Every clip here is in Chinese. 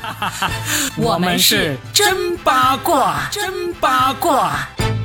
我们是真八卦，真八卦。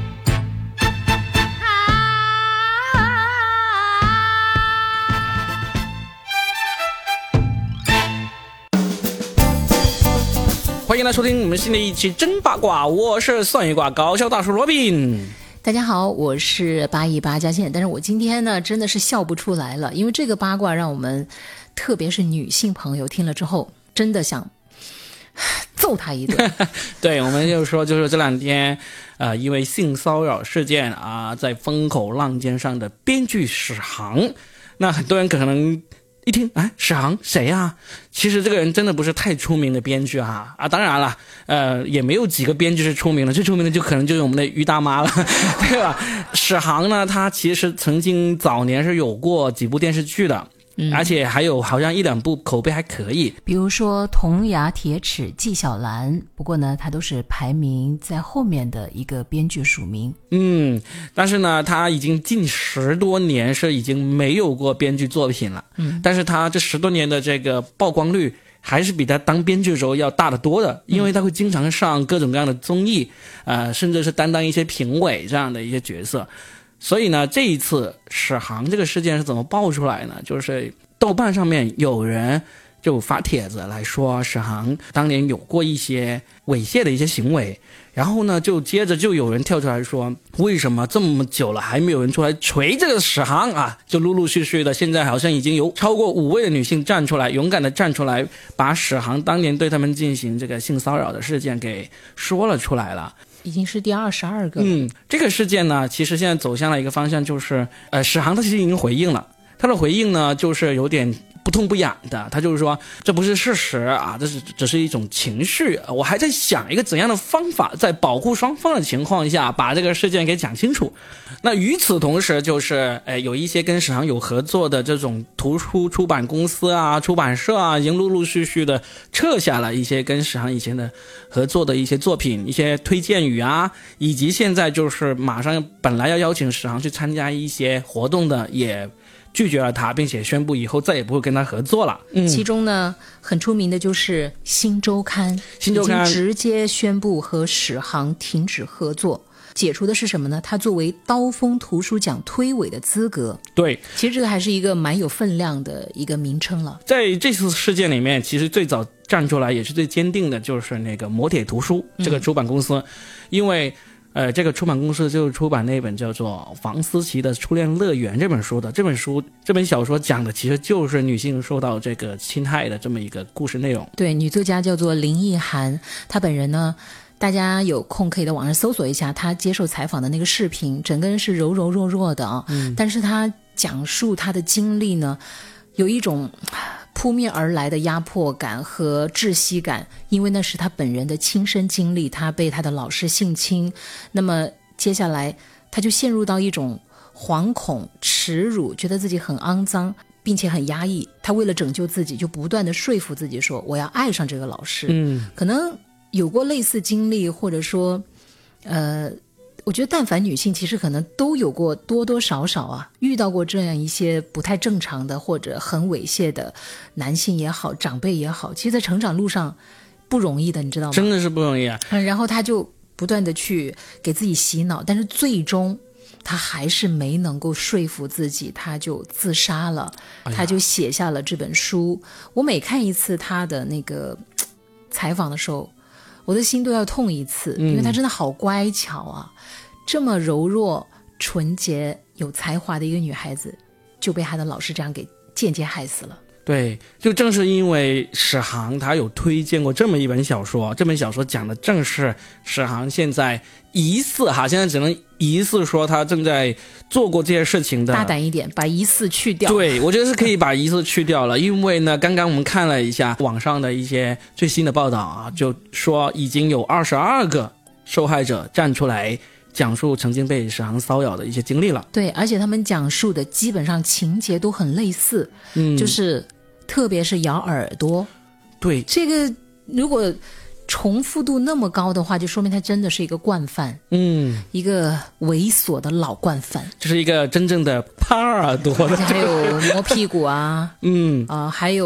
欢迎来收听我们新的一期真八卦，我是算一卦高效大叔罗宾。 大家好，我是818嘉倩，但是我今天呢真的是笑不出来了，因为这个八卦让我们特别是女性朋友听了之后真的想揍他一顿。 对，我们就说就是这两天因为性骚扰事件啊，在风口浪尖上的编剧史航，那很多人可能一听，哎，史航谁啊？其实这个人真的不是太出名的编剧啊！当然了，也没有几个编剧是出名的，最出名的就可能就是我们的于大妈了，对吧？史航呢，他其实曾经早年是有过几部电视剧的。而且还有好像一两部口碑还可以， 比如说铜牙铁齿纪晓岚，不过呢他都是排名在后面的一个编剧署名。 但是呢他已经近10多年是已经没有过编剧作品了。但是他这10多年的这个曝光率还是比他当编剧的时候要大得多的，因为他会经常上各种各样的综艺，甚至是担当一些评委这样的一些角色。所以呢，这一次史航这个事件是怎么爆出来呢？就是豆瓣上面有人就发帖子来说史航当年有过一些猥亵的一些行为，然后呢就接着就有人跳出来说，为什么这么久了还没有人出来锤这个史航啊？就陆陆续续的，现在好像已经有超过5位的女性站出来，勇敢的站出来，把史航当年对他们进行这个性骚扰的事件给说了出来了。 已经是第22个。 这个事件呢，其实现在走向了一个方向，就是史航他其实已经回应了，他的回应呢就是有点不痛不痒的，他就是说这不是事实啊，这是只是一种情绪，我还在想一个怎样的方法，在保护双方的情况下把这个事件给讲清楚。那与此同时，就是有一些跟史航有合作的这种图书出版公司啊、出版社啊，已经陆陆续续的撤下了一些跟史航以前的合作的一些作品、一些推荐语啊，以及现在就是马上本来要邀请史航去参加一些活动的，也拒绝了他，并且宣布以后再也不会跟他合作了。 其中呢很出名的就是新周刊已经直接宣布和史航停止合作，解除的是什么呢？他作为刀锋图书奖推委的资格。 对， 其实这个还是一个蛮有分量的一个名称了。 在这次事件里面，其实最早站出来也是最坚定的就是那个磨铁图书这个出版公司，因为这个出版公司就出版那本叫做房思琪的《初恋乐园》这本书的。这本小说讲的其实就是女性受到这个侵害的这么一个故事内容。 对，女作家叫做林奕涵，她本人呢，大家有空可以在网上搜索一下她接受采访的那个视频，整个人是柔柔弱弱的啊。但是她讲述她的经历呢，有一种扑面而来的压迫感和窒息感，因为那是他本人的亲身经历，他被他的老师性侵，那么接下来他就陷入到一种惶恐、耻辱，觉得自己很肮脏，并且很压抑。他为了拯救自己，就不断的说服自己说我要爱上这个老师。可能有过类似经历，或者说我觉得但凡女性其实可能都有过多多少少啊，遇到过这样一些不太正常的或者很猥亵的男性也好，长辈也好，其实在成长路上不容易的，你知道吗？真的是不容易啊。 然后他就不断的去给自己洗脑，但是最终他还是没能够说服自己，他就自杀了。他就写下了这本书。我每看一次他的那个采访的时候，我的心都要痛一次，因为他真的好乖巧啊，这么柔弱、纯洁、有才华的一个女孩子，就被她的老师这样给间接害死了。 对，就正是因为史航他有推荐过这么一本小说，这本小说讲的正是史航现在疑似现在只能疑似说他正在做过这些事情的。 大胆一点，把疑似去掉。 对，我觉得是可以把疑似去掉了。因为呢，刚刚我们看了一下网上的一些最新的报道啊，就说已经有22个受害者站出来讲述曾经被史航骚扰的一些经历了。 对，而且他们讲述的基本上情节都很类似，就是特别是咬耳朵。 对， 这个如果重复度那么高的话，就说明他真的是一个惯犯，一个猥琐的老惯犯， 就是一个真正的耙耳朵的， 还有摸屁股啊，还有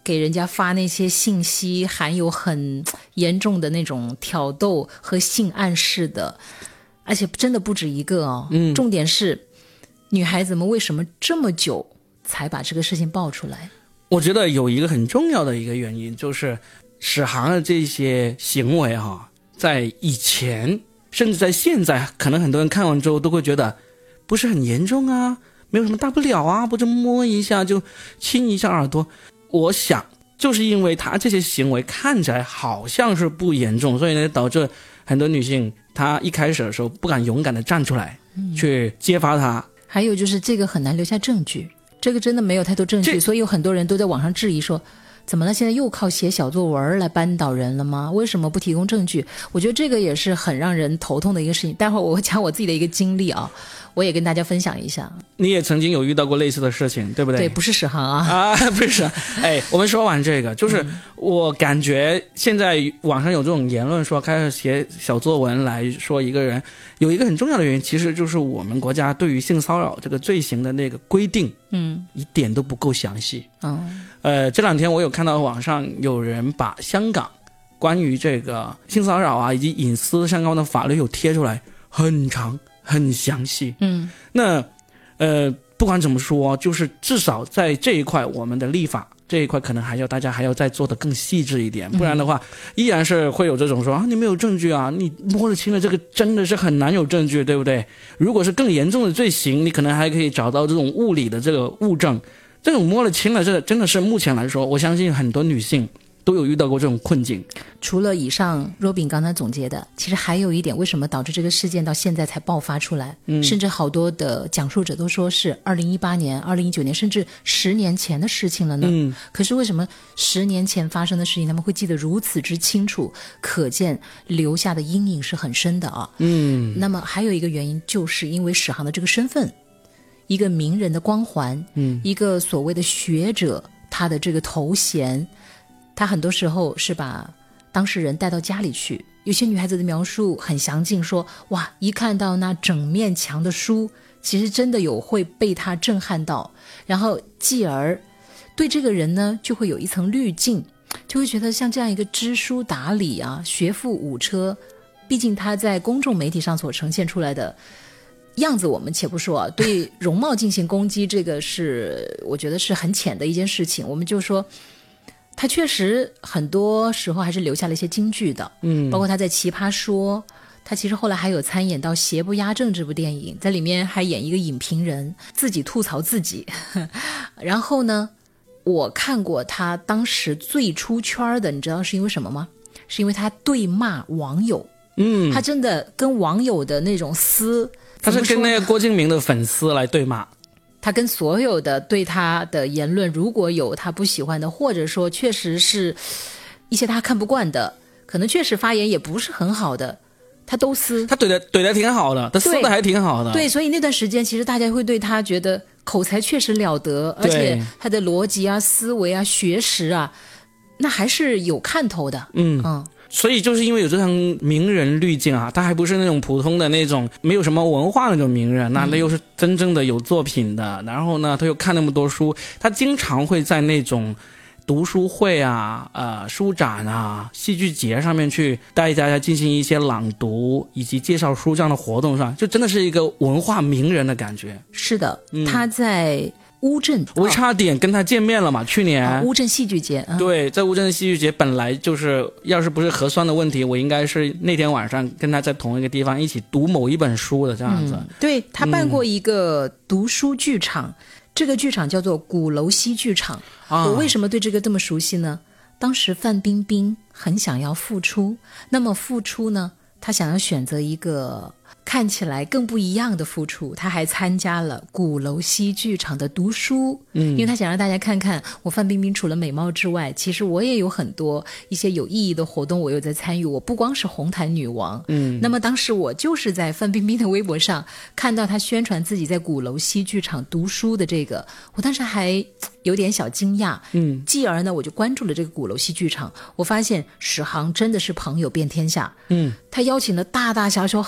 给人家发那些信息含有很严重的那种挑逗和性暗示的，而且真的不止一个哦。重点是女孩子们为什么这么久才把这个事情爆出来？ 我觉得有一个很重要的一个原因，就是史航的这些行为在以前甚至在现在，可能很多人看完之后都会觉得不是很严重啊，没有什么大不了啊，不就摸一下就亲一下耳朵。我想就是因为他这些行为看起来好像是不严重，所以呢导致很多女性她一开始的时候不敢勇敢的站出来去揭发他。 还有就是这个很难留下证据，这个真的没有太多证据，所以有很多人都在网上质疑说，怎么了？现在又靠写小作文来扳倒人了吗？为什么不提供证据？我觉得这个也是很让人头痛的一个事情。待会儿我会讲我自己的一个经历啊，我也跟大家分享一下。 你也曾经有遇到过类似的事情，对不对？ 对，不是史航啊。 不是。我们说完这个，就是我感觉现在网上有这种言论说开始写小作文来说一个人，有一个很重要的原因，其实就是我们国家对于性骚扰这个罪行的那个规定，一点都不够详细。这两天我有看到网上有人把香港关于这个性骚扰啊以及隐私相关的法律有贴出来，很长很详细。那不管怎么说，就是至少在这一块，我们的立法这一块可能大家还要再做得更细致一点，不然的话依然是会有这种说你没有证据啊，你摸了清了这个真的是很难有证据，对不对？如果是更严重的罪行，你可能还可以找到这种物理的这个物证，这种摸了清了，这真的是目前来说，我相信很多女性都有遇到过这种困境。 除了以上 Robin 刚才总结的，其实还有一点，为什么导致这个事件到现在才爆发出来？甚至好多的讲述者都说是2018年、2019年，甚至10年前的事情了呢。可是为什么10年前发生的事情他们会记得如此之清楚？可见留下的阴影是很深的啊。那么还有一个原因，就是因为史航的这个身份，一个名人的光环，一个所谓的学者，他的这个头衔，他很多时候是把当事人带到家里去。有些女孩子的描述很详尽，说哇，一看到那整面墙的书，其实真的有会被他震撼到，然后继而对这个人呢就会有一层滤镜，就会觉得像这样一个知书达理啊，学富五车，毕竟他在公众媒体上所呈现出来的样子我们且不说啊，对容貌进行攻击，这个是我觉得是很浅的一件事情。我们就说他确实很多时候还是留下了一些金句的，包括他在奇葩说，他其实后来还有参演到邪不压正这部电影，在里面还演一个影评人，自己吐槽自己。然后呢，我看过他当时最出圈的，你知道是因为什么吗？是因为他对骂网友。他真的跟网友的那种撕， 他是跟那个郭敬明的粉丝来对骂， 他跟所有的对他的言论，如果有他不喜欢的，或者说确实是一些他看不惯的，可能确实发言也不是很好的，他都撕。他怼的挺好的，他撕的还挺好的。 对，所以那段时间其实大家会对他觉得口才确实了得，而且他的逻辑啊、思维啊、学识啊，那还是有看头的。 所以就是因为有这层名人滤镜啊，他还不是那种普通的那种没有什么文化那种名人，那他又是真正的有作品的，然后呢他又看那么多书，他经常会在那种读书会啊、书展啊、戏剧节上面去带大家进行一些朗读以及介绍书这样的活动上，就真的是一个文化名人的感觉。 是的，他在乌镇， 我差点跟他见面了嘛，去年乌镇戏剧节。 对，在乌镇戏剧节本来就是要是不是核酸的问题，我应该是那天晚上跟他在同一个地方一起读某一本书的这样子。 对，他办过一个读书剧场，这个剧场叫做鼓楼西剧场。我为什么对这个这么熟悉呢？当时范冰冰很想要复出，那么复出呢，她想要选择一个看起来更不一样的付出，他还参加了鼓楼西剧场的读书，因为他想让大家看看我范冰冰除了美貌之外，其实我也有很多一些有意义的活动我有在参与，我不光是红毯女王。那么当时我就是在范冰冰的微博上看到她宣传自己在鼓楼西剧场读书的这个，我当时还有点小惊讶。继而呢我就关注了这个鼓楼西剧场，我发现史航真的是朋友遍天下。他邀请了大大小小很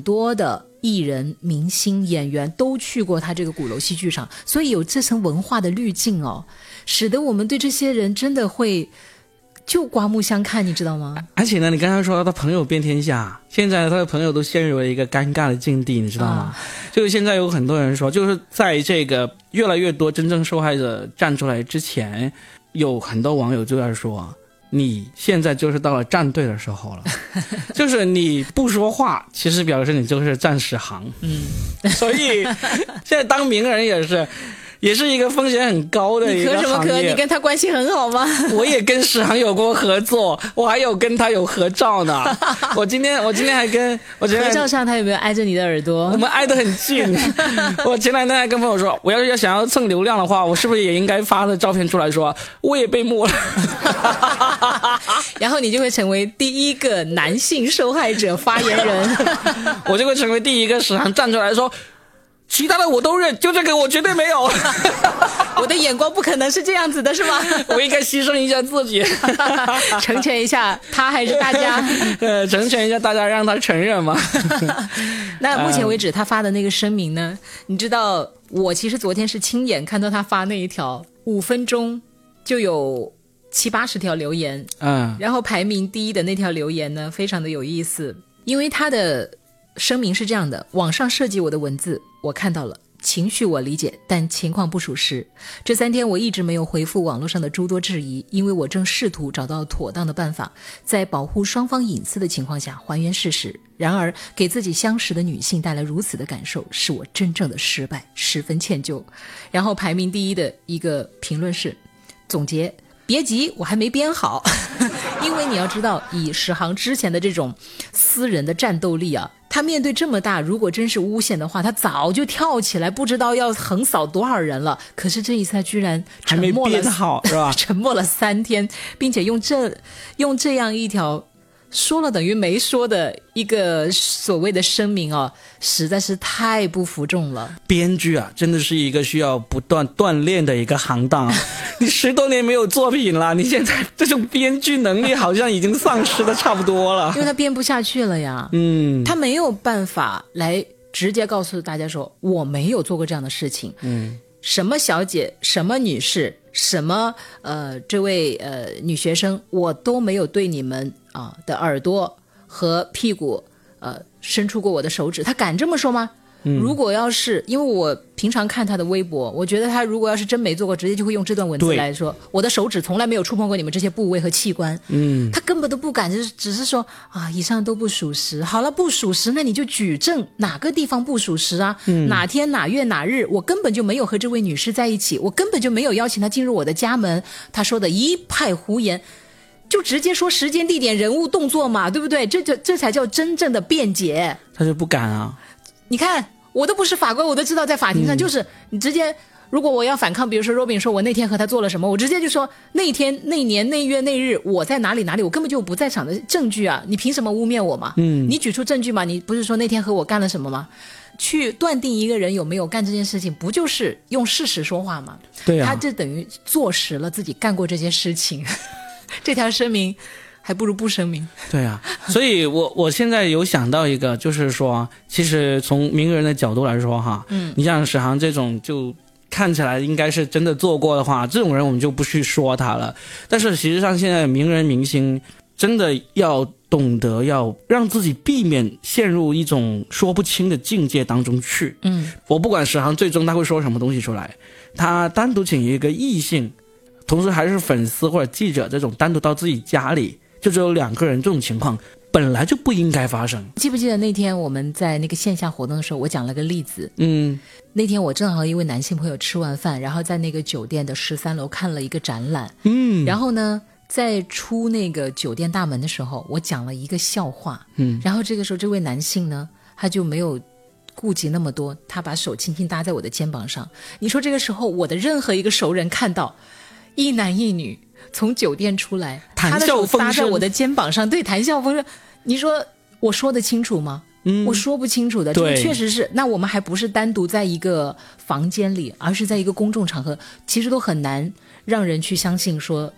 多的艺人、明星、演员都去过他这个鼓楼戏剧场，所以有这层文化的滤镜哦，使得我们对这些人真的会就刮目相看，你知道吗？而且呢，你刚才说他朋友遍天下，现在他的朋友都陷入了一个尴尬的境地，你知道吗？就是现在有很多人说，就是在这个越来越多真正受害者站出来之前，有很多网友就在说，你现在就是到了站队的时候了，就是你不说话，其实表示你就是站史航。所以现在当名人也是一个风险很高的一个行业。你咳什么咳？你跟他关系很好吗？ 我也跟史航有过合作，我还有跟他有合照呢。我今天还跟合照上他有没有挨着你的耳朵？ 我们挨得很近。我前两天还跟朋友说，我要是想要蹭流量的话，我是不是也应该发的照片出来说我也被摸了？ 然后你就会成为第一个男性受害者发言人。 我就会成为第一个史航站出来说，其他的我都认，就这个我绝对没有。 我的眼光不可能是这样子的，是吗？ 我应该牺牲一下自己， 成全一下他还是大家？ 成全一下大家，让他承认嘛。 那目前为止他发的那个声明呢？你知道，我其实昨天是亲眼看到他发那一条，5分钟就有70-80条留言。然后排名第一的那条留言呢，非常的有意思，因为他的声明是这样的：网上涉及我的文字我看到了，情绪我理解，但情况不属实。这3天我一直没有回复网络上的诸多质疑，因为我正试图找到妥当的办法，在保护双方隐私的情况下还原事实。然而给自己相识的女性带来如此的感受，是我真正的失败，十分歉疚。然后排名第一的一个评论是总结，别急，我还没编好。因为你要知道，以史航之前的这种私人的战斗力啊，他面对这么大，如果真是诬陷的话，他早就跳起来，不知道要横扫多少人了。可是这一次他居然沉默了， 还没编好是吧？ 沉默了3天，并且用这样一条说了等于没说的一个所谓的声明啊，实在是太不服众了。 编剧啊，真的是一个需要不断锻炼的一个行当。你10多年没有作品了，你现在这种编剧能力好像已经丧失的差不多了。 因为他编不下去了呀。他没有办法来直接告诉大家说我没有做过这样的事情。什么小姐，什么女士，什么这位女学生，我都没有对你们的耳朵和屁股伸出过我的手指。他敢这么说吗？如果要是，因为我平常看他的微博，我觉得他如果要是真没做过，直接就会用这段文字来说，我的手指从来没有触碰过你们这些部位和器官。他根本都不敢，只是说以上都不属实。好了，不属实，那你就举证哪个地方不属实啊？哪天哪月哪日，我根本就没有和这位女士在一起，我根本就没有邀请她进入我的家门。他说的一派胡言，就直接说时间地点人物动作嘛，对不对？这才叫真正的辩解。 他就不敢啊。 你看我都不是法官，我都知道在法庭上就是你直接，如果我要反抗，比如说 Robin 说我那天和他做了什么，我直接就说那天那年那月那日我在哪里，我根本就不在场的证据啊，你凭什么污蔑我嘛？你举出证据嘛？你不是说那天和我干了什么吗？去断定一个人有没有干这件事情，不就是用事实说话吗？ 对啊， 他这等于坐实了自己干过这些事情。这条声明还不如不声明。 对啊，所以我现在有想到一个，就是说其实从名人的角度来说哈，你像史航这种就看起来应该是真的做过的话，这种人我们就不去说他了。但是实际上现在名人明星真的要懂得要让自己避免陷入一种说不清的境界当中去。我不管史航最终他会说什么东西出来，他单独请一个异性，同时还是粉丝或者记者，这种单独到自己家里就只有2个人，这种情况本来就不应该发生。 记不记得那天我们在那个线下活动的时候，我讲了个例子。那天我正好一位男性朋友吃完饭，然后在那个酒店的13楼看了一个展览。然后呢在出那个酒店大门的时候，我讲了一个笑话。然后这个时候这位男性呢，他就没有顾及那么多，他把手轻轻搭在我的肩膀上。你说这个时候我的任何一个熟人看到一男一女从酒店出来，他的手搭在我的肩膀上，对，谈笑风生，你说我说得清楚吗？我说不清楚的。这个确实是，那我们还不是单独在一个房间里，而是在一个公众场合，其实都很难让人去相信说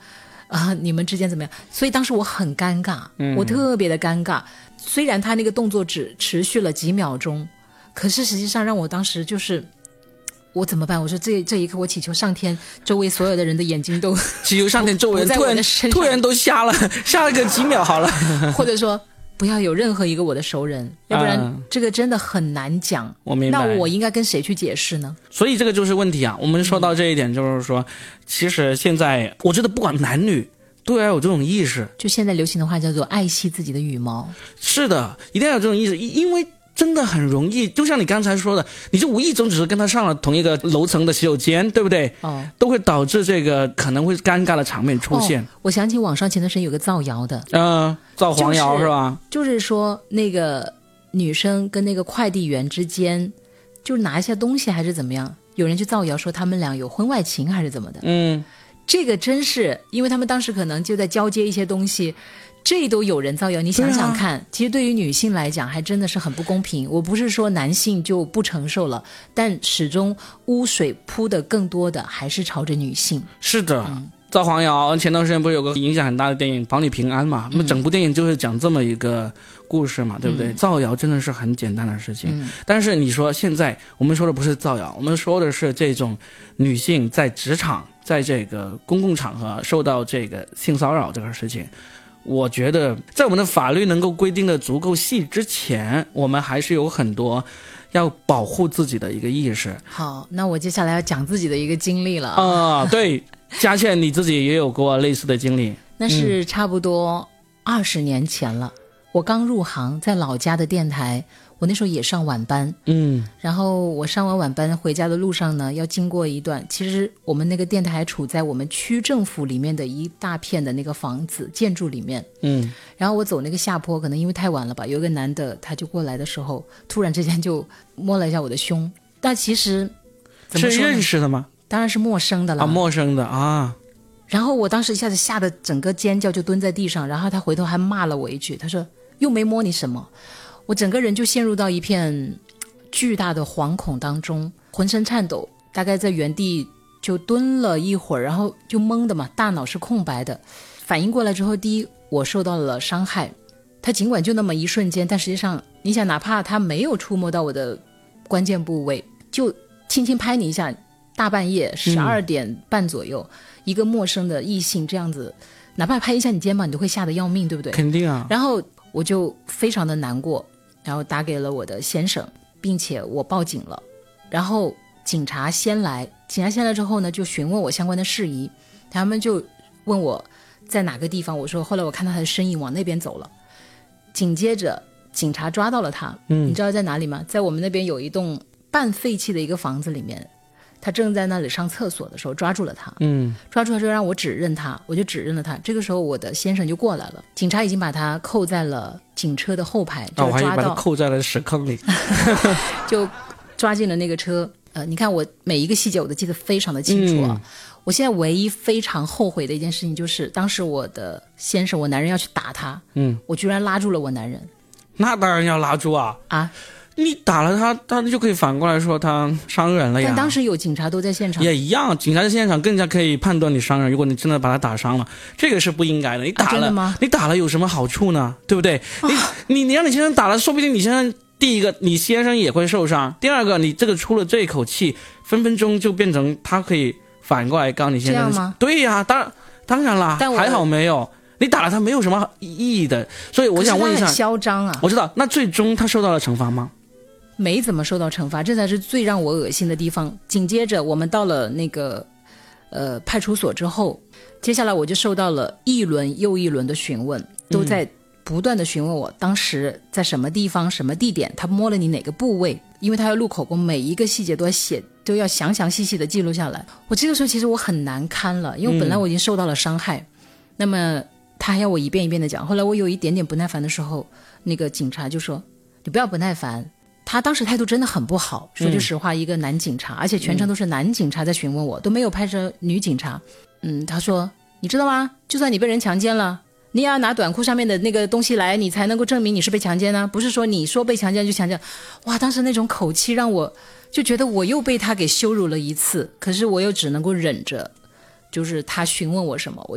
你们之间怎么样？所以当时我很尴尬，我特别的尴尬。虽然他那个动作只持续了几秒钟，可是实际上让我当时就是我怎么办？我说这一刻我祈求上天周围所有的人的眼睛都祈求上天周围人突然都瞎了个几秒好了或者说不要有任何一个我的熟人，要不然这个真的很难讲。 我明白。 那我应该跟谁去解释呢？ 所以这个就是问题啊。我们说到这一点，就是说其实现在我觉得不管男女都要有这种意识， 就现在流行的话叫做爱惜自己的羽毛。 是的，一定要有这种意识，因为真的很容易，就像你刚才说的，你就无意中只是跟他上了同一个楼层的洗手间，对不对？都会导致这个可能会尴尬的场面出现。 我想起网上前段时间有个造谣的， 造黄谣是吧？ 就是说那个女生跟那个快递员之间，就是拿一下东西还是怎么样，有人去造谣说他们俩有婚外情还是怎么的。这个真是因为他们当时可能就在交接一些东西，这都有人造谣。你想想看，其实对于女性来讲还真的是很不公平。我不是说男性就不承受了，但始终污水扑的更多的还是朝着女性。 是的，造黄谣。前段时间不是有个影响很大的电影《保你平安》嘛？那么整部电影就是讲这么一个故事嘛，对不对？造谣真的是很简单的事情，但是你说现在我们说的不是造谣，我们说的是这种女性在职场在这个公共场合受到这个性骚扰这个事情。我觉得在我们的法律能够规定的足够细之前，我们还是有很多要保护自己的一个意识。 好，那我接下来要讲自己的一个经历了。 对，佳倩你自己也有过类似的经历。 那是差不多20年前了，我刚入行，在老家的电台，我那时候也上晚班。然后我上完晚班回家的路上呢，要经过一段，其实我们那个电台还处在我们区政府里面的一大片的那个房子建筑里面。然后我走那个下坡，可能因为太晚了吧，有一个男的他就过来的时候，突然之间就摸了一下我的胸。但其实怎么说呢？ 是认识的吗？ 当然是陌生的了。 陌生的啊。 然后我当时一下子吓得整个尖叫，就蹲在地上，然后他回头还骂了我一句，他说又没摸你什么。我整个人就陷入到一片巨大的惶恐当中，浑身颤抖，大概在原地就蹲了一会儿，然后就懵的嘛，大脑是空白的。反应过来之后，第一，我受到了伤害，他尽管就那么一瞬间，但实际上你想，哪怕他没有触摸到我的关键部位，就轻轻拍你一下，大半夜12点半左右，一个陌生的异性这样子，哪怕拍一下你肩膀，你都会吓得要命，对不对？ 肯定啊。 然后我就非常的难过，然后打给了我的先生，并且我报警了。然后警察先来之后呢，就询问我相关的事宜，他们就问我在哪个地方，我说后来我看到他的身影往那边走了。紧接着警察抓到了他，你知道在哪里吗？在我们那边有一栋半废弃的一个房子里面，他正在那里上厕所的时候抓住了他。抓住他之后让我指认他，我就指认了他。这个时候我的先生就过来了，警察已经把他扣在了警车的后排，就我还以为抓到把他扣在了屎坑里就抓进了那个车。你看我每一个细节我都记得非常的清楚啊。我现在唯一非常后悔的一件事情就是当时我的先生，我男人要去打他，我居然拉住了我男人。 那当然要拉住啊！你打了他，他就可以反过来说他伤人了呀。 但当时有警察都在现场， 也一样，警察在现场更加可以判断你伤人。如果你真的把他打伤了，这个是不应该的。你打了， 真的吗？ 你打了有什么好处呢？对不对？你让你先生打了，说不定你先生第一个你先生也会受伤，第二个你这个出了这一口气，分分钟就变成他可以反过来告你先生。 这样吗？ 对呀，当然啦，还好没有。你打了他没有什么意义的，所以我想问一下， 可是他很嚣张啊！ 我知道，那最终他受到了惩罚吗？ 没怎么受到惩罚，这才是最让我恶心的地方。紧接着我们到了那个派出所之后，接下来我就受到了一轮又一轮的询问，都在不断的询问我当时在什么地方什么地点，他摸了你哪个部位，因为他要录口供，每一个细节都要写，都要详详细细的记录下来。我这个时候其实我很难堪了，因为本来我已经受到了伤害，那么他还要我一遍一遍的讲。后来我有一点点不耐烦的时候，那个警察就说你不要不耐烦。他当时态度真的很不好，说句实话，一个男警察，而且全程都是男警察在询问我，都没有派着女警察。他说你知道吗，就算你被人强奸了，你也要拿短裤上面的那个东西来，你才能够证明你是被强奸呢，不是说你说被强奸就强奸。哇，当时那种口气让我就觉得我又被他给羞辱了一次，可是我又只能够忍着，就是他询问我什么我就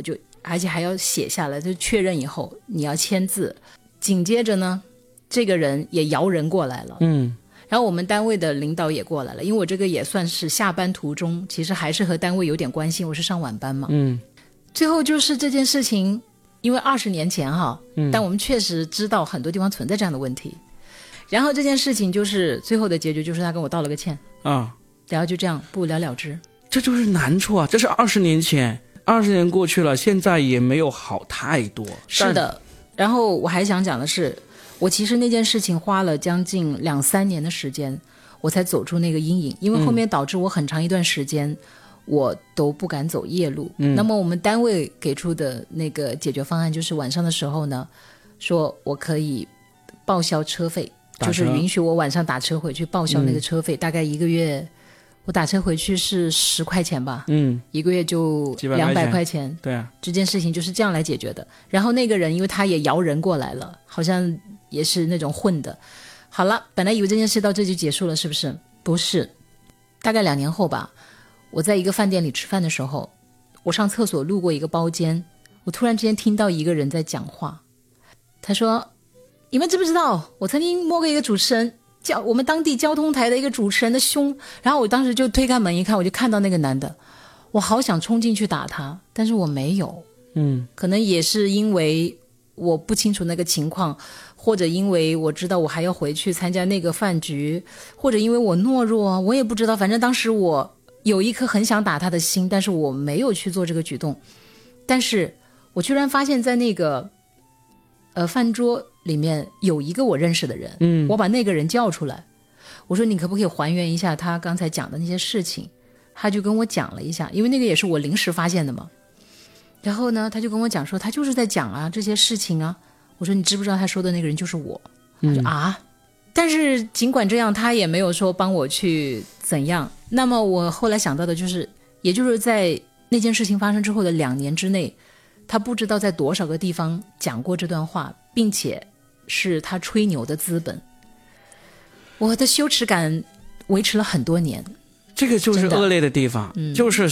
而且还要写下来，就确认以后你要签字。紧接着呢，这个人也摇人过来了，然后我们单位的领导也过来了，因为我这个也算是下班途中，其实还是和单位有点关系，我是上晚班嘛。最后就是这件事情，因为20年前哈，但我们确实知道很多地方存在这样的问题。然后这件事情就是最后的结局，就是他跟我道了个歉啊，然后就这样不了了之。 这就是难处啊！这是20年前，20年过去了，现在也没有好太多。 是的。然后我还想讲的是，我其实那件事情花了将近2-3年的时间，我才走出那个阴影，因为后面导致我很长一段时间我都不敢走夜路。那么我们单位给出的那个解决方案就是晚上的时候呢，说我可以报销车费，就是允许我晚上打车回去报销那个车费，大概一个月我打车回去是10块钱吧，一个月就200块钱。 对啊， 这件事情就是这样来解决的。然后那个人因为他也摇人过来了，好像也是那种混的。好了，本来以为这件事到这就结束了，是不是？不是，大概2年后吧，我在一个饭店里吃饭的时候，我上厕所路过一个包间，我突然之间听到一个人在讲话。他说，你们知不知道我曾经摸过一个主持人，我们当地交通台的一个主持人的胸。然后我当时就推开门一看，我就看到那个男的，我好想冲进去打他，但是我没有。可能也是因为我不清楚那个情况，或者因为我知道我还要回去参加那个饭局，或者因为我懦弱，我也不知道。反正当时我有一颗很想打他的心，但是我没有去做这个举动。但是我居然发现在那个饭桌里面有一个我认识的人，我把那个人叫出来，我说你可不可以还原一下他刚才讲的那些事情。他就跟我讲了一下，因为那个也是我临时发现的嘛。然后呢他就跟我讲说，他就是在讲啊这些事情啊。我说你知不知道他说的那个人就是我？他说啊。但是尽管这样，他也没有说帮我去怎样。那么我后来想到的就是，也就是在那件事情发生之后的2年之内，他不知道在多少个地方讲过这段话，并且是他吹牛的资本。我的羞耻感维持了很多年。 这个就是恶劣的地方，就是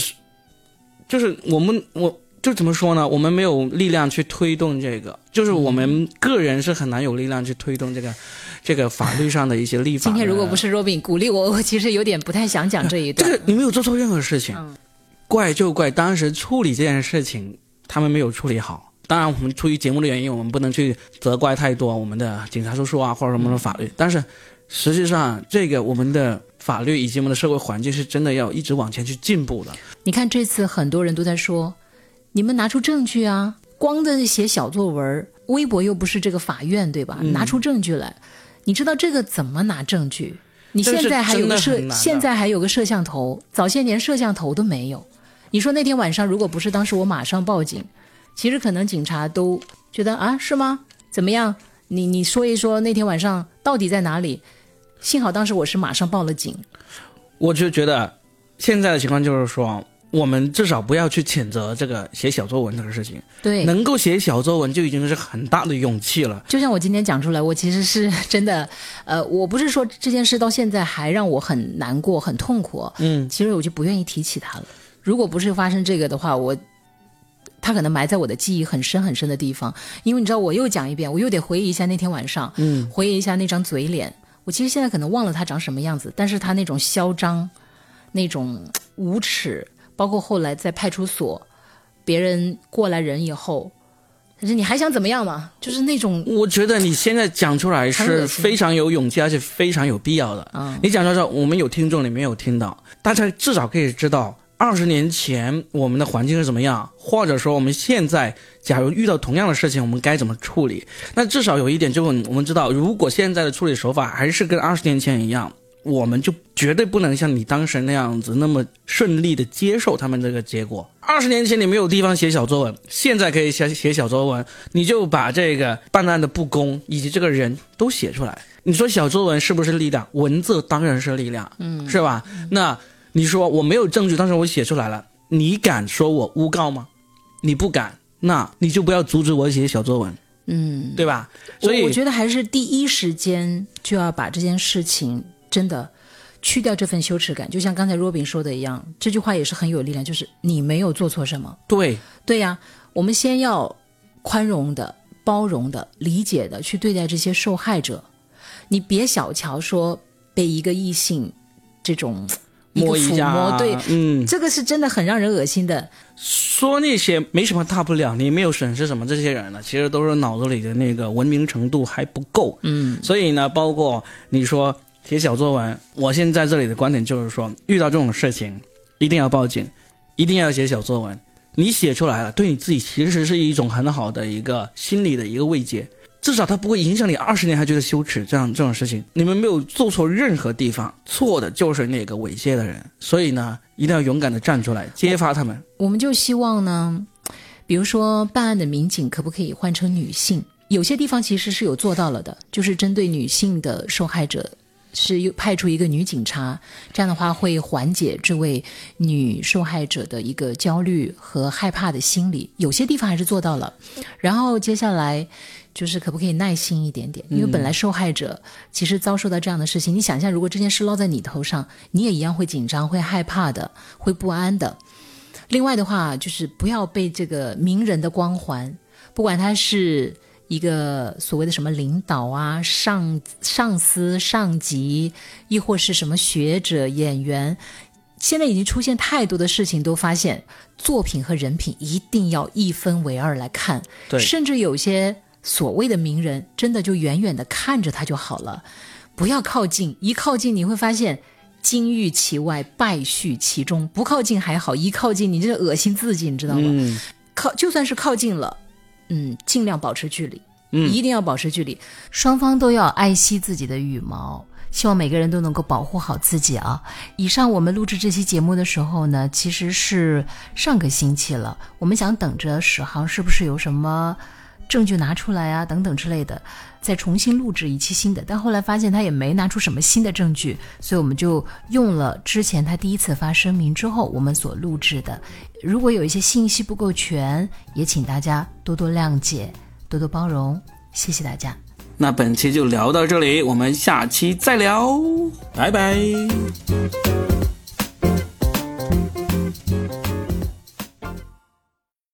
我就怎么说呢？我们没有力量去推动这个，就是我们个人是很难有力量去推动这个法律上的一些立法。 今天如果不是 Robin 鼓励我，我其实有点不太想讲这一段。 这个你没有做错任何事情，怪就怪当时处理这件事情他们没有处理好。当然我们出于节目的原因，我们不能去责怪太多我们的警察叔叔啊或者我们的法律，但是实际上这个我们的法律以及我们的社会环境是真的要一直往前去进步的。 你看这次很多人都在说，你们拿出证据啊，光的写小作文，微博又不是这个法院对吧？拿出证据来。你知道这个怎么拿证据？你现在还有个摄像头，早些年摄像头都没有。你说那天晚上如果不是当时我马上报警，其实可能警察都觉得啊，是吗？怎么样？你说一说那天晚上到底在哪里？幸好当时我是马上报了警。 我就觉得现在的情况就是说，我们至少不要去谴责这个写小作文这个事情。 对， 能够写小作文就已经是很大的勇气了。 就像我今天讲出来，我其实是真的，我不是说这件事到现在还让我很难过、很痛苦。其实我就不愿意提起它了。如果不是发生这个的话，它可能埋在我的记忆很深很深的地方。因为你知道，我又讲一遍，我又得回忆一下那天晚上，回忆一下那张嘴脸。我其实现在可能忘了他长什么样子，但是他那种嚣张，那种无耻，包括后来在派出所别人过来人以后，但是你还想怎么样嘛？就是那种， 我觉得你现在讲出来是非常有勇气而且非常有必要的。你讲出来我们有听众，你没有听到，大家至少可以知道20年前我们的环境是怎么样，或者说我们现在假如遇到同样的事情我们该怎么处理。那至少有一点，就我们知道，如果现在的处理手法还是跟20年前一样，我们就绝对不能像你当时那样子那么顺利的接受他们这个结果。20年前你没有地方写小作文，现在可以写小作文，你就把这个办案的不公以及这个人都写出来。你说小作文是不是力量？文字当然是力量，是吧？那你说我没有证据，但是我写出来了，你敢说我诬告吗？你不敢，那你就不要阻止我写小作文，对吧？所以我觉得还是第一时间就要把这件事情真的去掉这份羞耻感。就像刚才若饼说的一样，这句话也是很有力量，就是你没有做错什么。 对呀， 我们先要宽容的、包容的、理解的去对待这些受害者。你别小瞧说被一个异性这种摸一下， 对，这个是真的很让人恶心的。 说那些没什么大不了，你没有损失什么，这些人呢，其实都是脑子里的那个文明程度还不够。所以呢，包括你说写小作文，我现在这里的观点就是说，遇到这种事情一定要报警，一定要写小作文。你写出来了，对你自己其实是一种很好的一个心理的一个慰藉，至少它不会影响你20年还觉得羞耻。这种事情你们没有做错任何地方，错的就是那个猥亵的人。所以呢，一定要勇敢的站出来揭发他们。 我们就希望呢，比如说办案的民警可不可以换成女性，有些地方其实是有做到了的，就是针对女性的受害者是派出一个女警察，这样的话会缓解这位女受害者的一个焦虑和害怕的心理，有些地方还是做到了。然后接下来就是可不可以耐心一点点，因为本来受害者其实遭受到这样的事情，你想象如果这件事落在你头上，你也一样会紧张、会害怕的、会不安的。另外的话就是不要被这个名人的光环，不管他是一个所谓的什么领导啊、上司、上级，亦或是什么学者、演员，现在已经出现太多的事情，都发现作品和人品一定要一分为二来看。 对， 甚至有些所谓的名人，真的就远远的看着他就好了，不要靠近，一靠近你会发现金玉其外，败絮其中。不靠近还好，一靠近你这恶心自己，你知道吗？就算是靠近了，尽量保持距离，一定要保持距离。双方都要爱惜自己的羽毛，希望每个人都能够保护好自己啊！以上我们录制这期节目的时候呢，其实是上个星期了，我们想等着史航是不是有什么证据拿出来啊，等等之类的，再重新录制一期新的。但后来发现他也没拿出什么新的证据，所以我们就用了之前他第一次发声明之后我们所录制的。如果有一些信息不够全，也请大家多多谅解，多多包容，谢谢大家。 那本期就聊到这里，我们下期再聊，拜拜。